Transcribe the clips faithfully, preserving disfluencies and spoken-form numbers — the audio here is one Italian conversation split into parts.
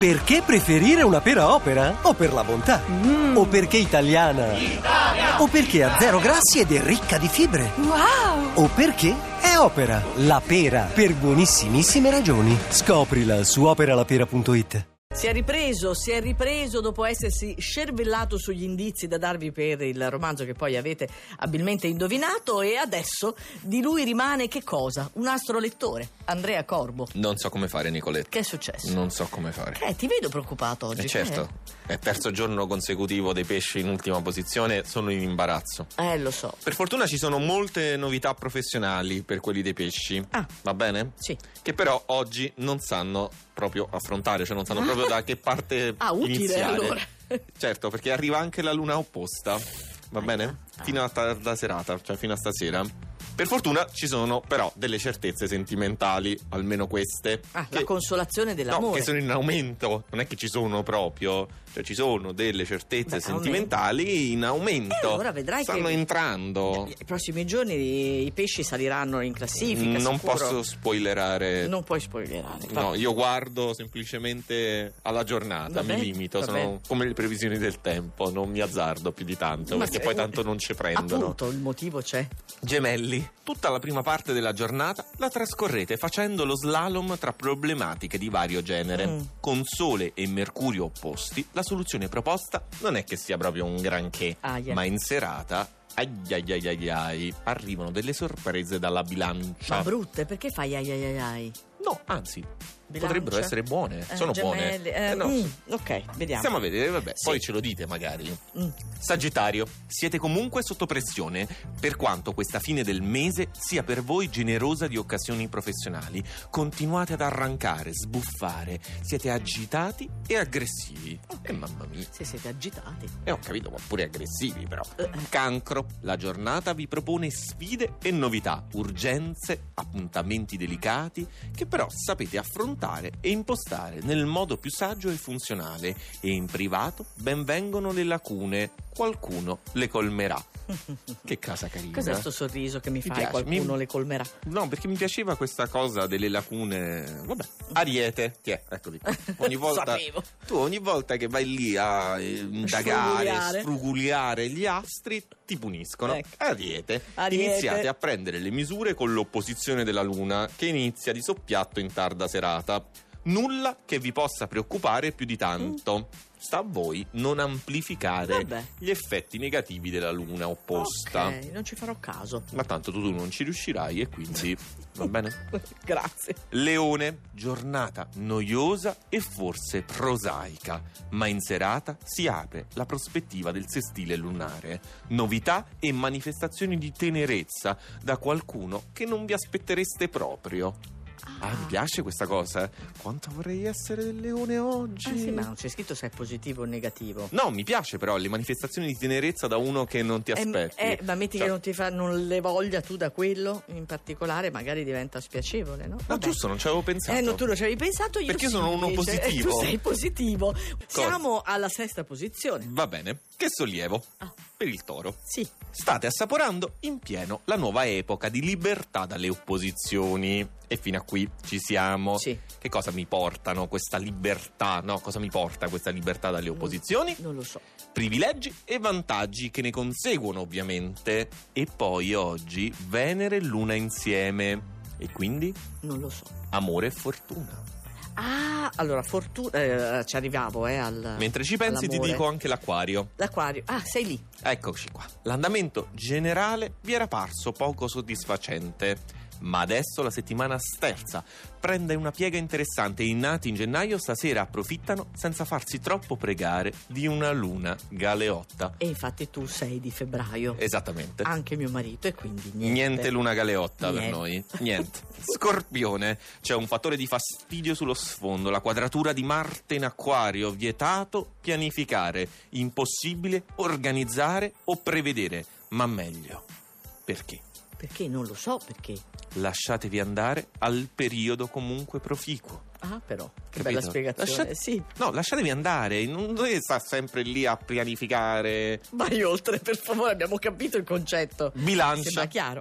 Perché preferire una pera Opera? O per la bontà? Mm. O perché italiana? Italia! O perché ha zero grassi ed è ricca di fibre? Wow! O perché è Opera, la pera, per buonissimissime ragioni. Scoprila su operalapera punto it. Si è ripreso, si è ripreso dopo essersi scervellato sugli indizi da darvi per il romanzo che poi avete abilmente indovinato, e adesso di lui rimane che cosa? Un astro lettore, Andrea Corbo. Non so come fare, Nicoletta. Che è successo? Non so come fare. Eh, ti vedo preoccupato oggi. Eh certo, eh? è terzo giorno consecutivo dei pesci in ultima posizione, sono in imbarazzo. Eh, lo so. Per fortuna ci sono molte novità professionali per quelli dei pesci. Ah. Va bene? Sì. Che però oggi non sanno proprio affrontare, cioè non sanno proprio da che parte ah, utile, iniziare. Allora. Certo, perché arriva anche la luna opposta. Va ah, bene? Ah. Fino a tarda serata, cioè fino a stasera. Per fortuna ci sono però delle certezze sentimentali, almeno queste. Ah, che, la consolazione dell'amore. No, che sono in aumento. Non è che ci sono proprio, cioè ci sono delle certezze Beh, sentimentali aumento. in aumento. E allora vedrai Stanno che entrando. I prossimi giorni i pesci saliranno in classifica. Non sicuro. posso spoilerare. Non puoi spoilerare. No, io guardo semplicemente alla giornata, vabbè, mi limito, sono vabbè. come le previsioni del tempo, non mi azzardo più di tanto, Ma perché se, poi tanto non ci prendono. Appunto, il motivo c'è. Gemelli, tutta la prima parte della giornata la trascorrete facendo lo slalom tra problematiche di vario genere. Mm. Con Sole e Mercurio opposti, la soluzione proposta non è che sia proprio un granché, ah, yeah. ma in serata ai ai ai ai ai arrivano delle sorprese dalla bilancia. Ma brutte, perché fai ai ai ai ai? No, anzi, Bilancia? potrebbero essere buone, eh, sono gemelli, buone. Eh, Eh, no. mm, ok, vediamo. Stiamo a vedere, vabbè, Sì. poi ce lo dite magari. Mm. Sagittario, siete comunque sotto pressione, per quanto questa fine del mese sia per voi generosa di occasioni professionali. Continuate ad arrancare, sbuffare, siete agitati e aggressivi. E mamma mia. Se siete agitati. E ho capito, ma pure aggressivi però. Eh. Cancro, la giornata vi propone sfide e novità, urgenze, appuntamenti delicati, che però sapete affrontare e impostare nel modo più saggio e funzionale. E in privato ben vengono le lacune, qualcuno le colmerà. Che casa carina. Cos'è sto sorriso che mi, Mi fai? piace, Qualcuno mi- le colmerà. No, perché mi piaceva questa cosa delle lacune. Vabbè, Ariete, ti è, eccoli qua. Ogni volta, Sapevo. tu ogni volta che vai lì a eh, indagare, Sfrugugliare. sfrugugliare gli astri, ti puniscono. Ecco. Ariete, Ariete. iniziate a prendere le misure con l'opposizione della luna, che inizia di soppiatto in tarda serata. Nulla che vi possa preoccupare più di tanto. Sta a voi non amplificare Vabbè. gli effetti negativi della luna opposta. Ok, non ci farò caso. Ma tanto tu non ci riuscirai e quindi va bene? Grazie. Leone, giornata noiosa e forse prosaica, ma in serata si apre la prospettiva del sestile lunare. Novità e manifestazioni di tenerezza da qualcuno che non vi aspettereste proprio. Ah, mi piace questa cosa. Quanto vorrei essere del leone oggi. Ah, sì, ma non c'è scritto se è positivo o negativo. No, mi piace però le manifestazioni di tenerezza da uno che non ti aspetti. Eh, eh, ma metti Cioè- che non ti fa, non le voglia tu da quello in particolare, magari diventa spiacevole, no? Ma Vabbè. giusto, non ci avevo pensato. Eh, no, tu non ci avevi pensato, io Perché sì, sono uno invece. positivo. Eh, tu sei positivo. Siamo alla sesta posizione. Va bene, che sollievo. Ah. Per il Toro. Sì. State assaporando in pieno la nuova epoca di libertà dalle opposizioni. E fino a qui ci siamo. Sì. Che cosa mi portano questa libertà? No, cosa mi porta questa libertà dalle opposizioni? Non lo so. Privilegi e vantaggi che ne conseguono, ovviamente. E poi oggi Venere e Luna insieme. E quindi Non lo so. amore e fortuna. Ah, allora, fortuna. Eh, ci arrivavo, eh, al. Mentre ci pensi ti all'amore. dico anche l'Acquario. L'Acquario. Ah, sei lì. Eccoci qua. L'andamento generale vi era parso poco soddisfacente, ma adesso la settimana sterza prende una piega interessante e i nati in gennaio stasera approfittano senza farsi troppo pregare di una luna galeotta. E infatti tu sei di febbraio. Esattamente. Anche mio marito, e quindi niente. Niente luna galeotta Niente. per noi. Niente. Scorpione, c'è un fattore di fastidio sullo sfondo, la quadratura di Marte in Acquario, vietato pianificare, impossibile organizzare o prevedere, ma meglio. Perché? Perché non lo so perché. Lasciatevi andare al periodo comunque proficuo. Ah, però, che Capito? bella spiegazione. Lascia- Sì, No, lasciatevi andare, non dovete stare sempre lì a pianificare. vai oltre, per favore, abbiamo capito il concetto. Bilancia. Sembra chiaro, eh.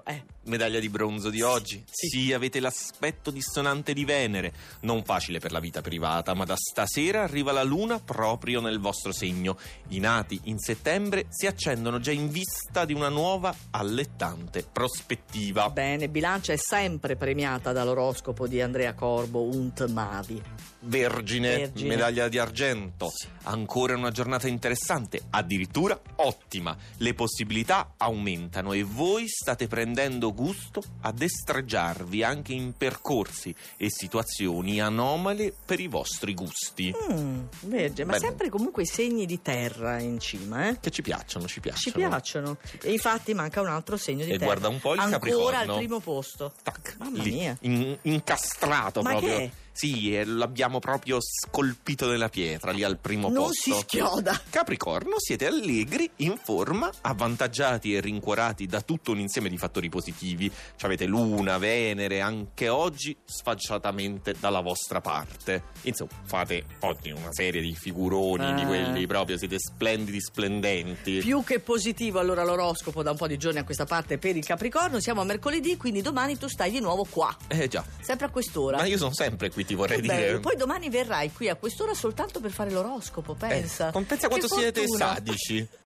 medaglia di bronzo di oggi. Sì. Sì, avete l'aspetto dissonante di Venere. Non facile per la vita privata, ma da stasera arriva la luna proprio nel vostro segno. I nati in settembre si accendono già in vista di una nuova allettante prospettiva. Bene, Bilancia è sempre premiata dall'oroscopo di Andrea Corbo, Unt Mavi. Vergine, Vergine. medaglia di argento. Ancora una giornata interessante, addirittura ottima. Le possibilità aumentano e voi state prendendo gusto a destreggiarvi anche in percorsi e situazioni anomale per i vostri gusti. Mm, Vergine, ma Beh, sempre comunque i segni di terra in cima, eh? Che ci piacciono, ci piacciono. Ci piacciono. E infatti manca un altro segno di E terra. guarda un po' il Ancora Capricorno. al primo posto. Tac, Mamma lì, mia. in- incastrato Ma proprio. che è? Sì, e l'abbiamo proprio scolpito nella pietra lì al primo Non posto. si schioda. Capricorno, siete allegri, in forma, avvantaggiati e rincuorati da tutto un insieme di fattori positivi. Avete Luna, Venere, anche oggi sfacciatamente dalla vostra parte. Insomma, fate oggi una serie di figuroni Ah. di quelli proprio, siete splendidi, splendenti. Più che positivo allora l'oroscopo da un po' di giorni a questa parte per il Capricorno. Siamo a mercoledì, quindi domani tu stai di nuovo qua, Eh già, sempre a quest'ora. ma io sono sempre qui, ti vorrei Che bello. dire. Poi domani verrai qui a quest'ora soltanto per fare l'oroscopo, pensa. Eh, pensa quanto Che siete fortuna. sadici.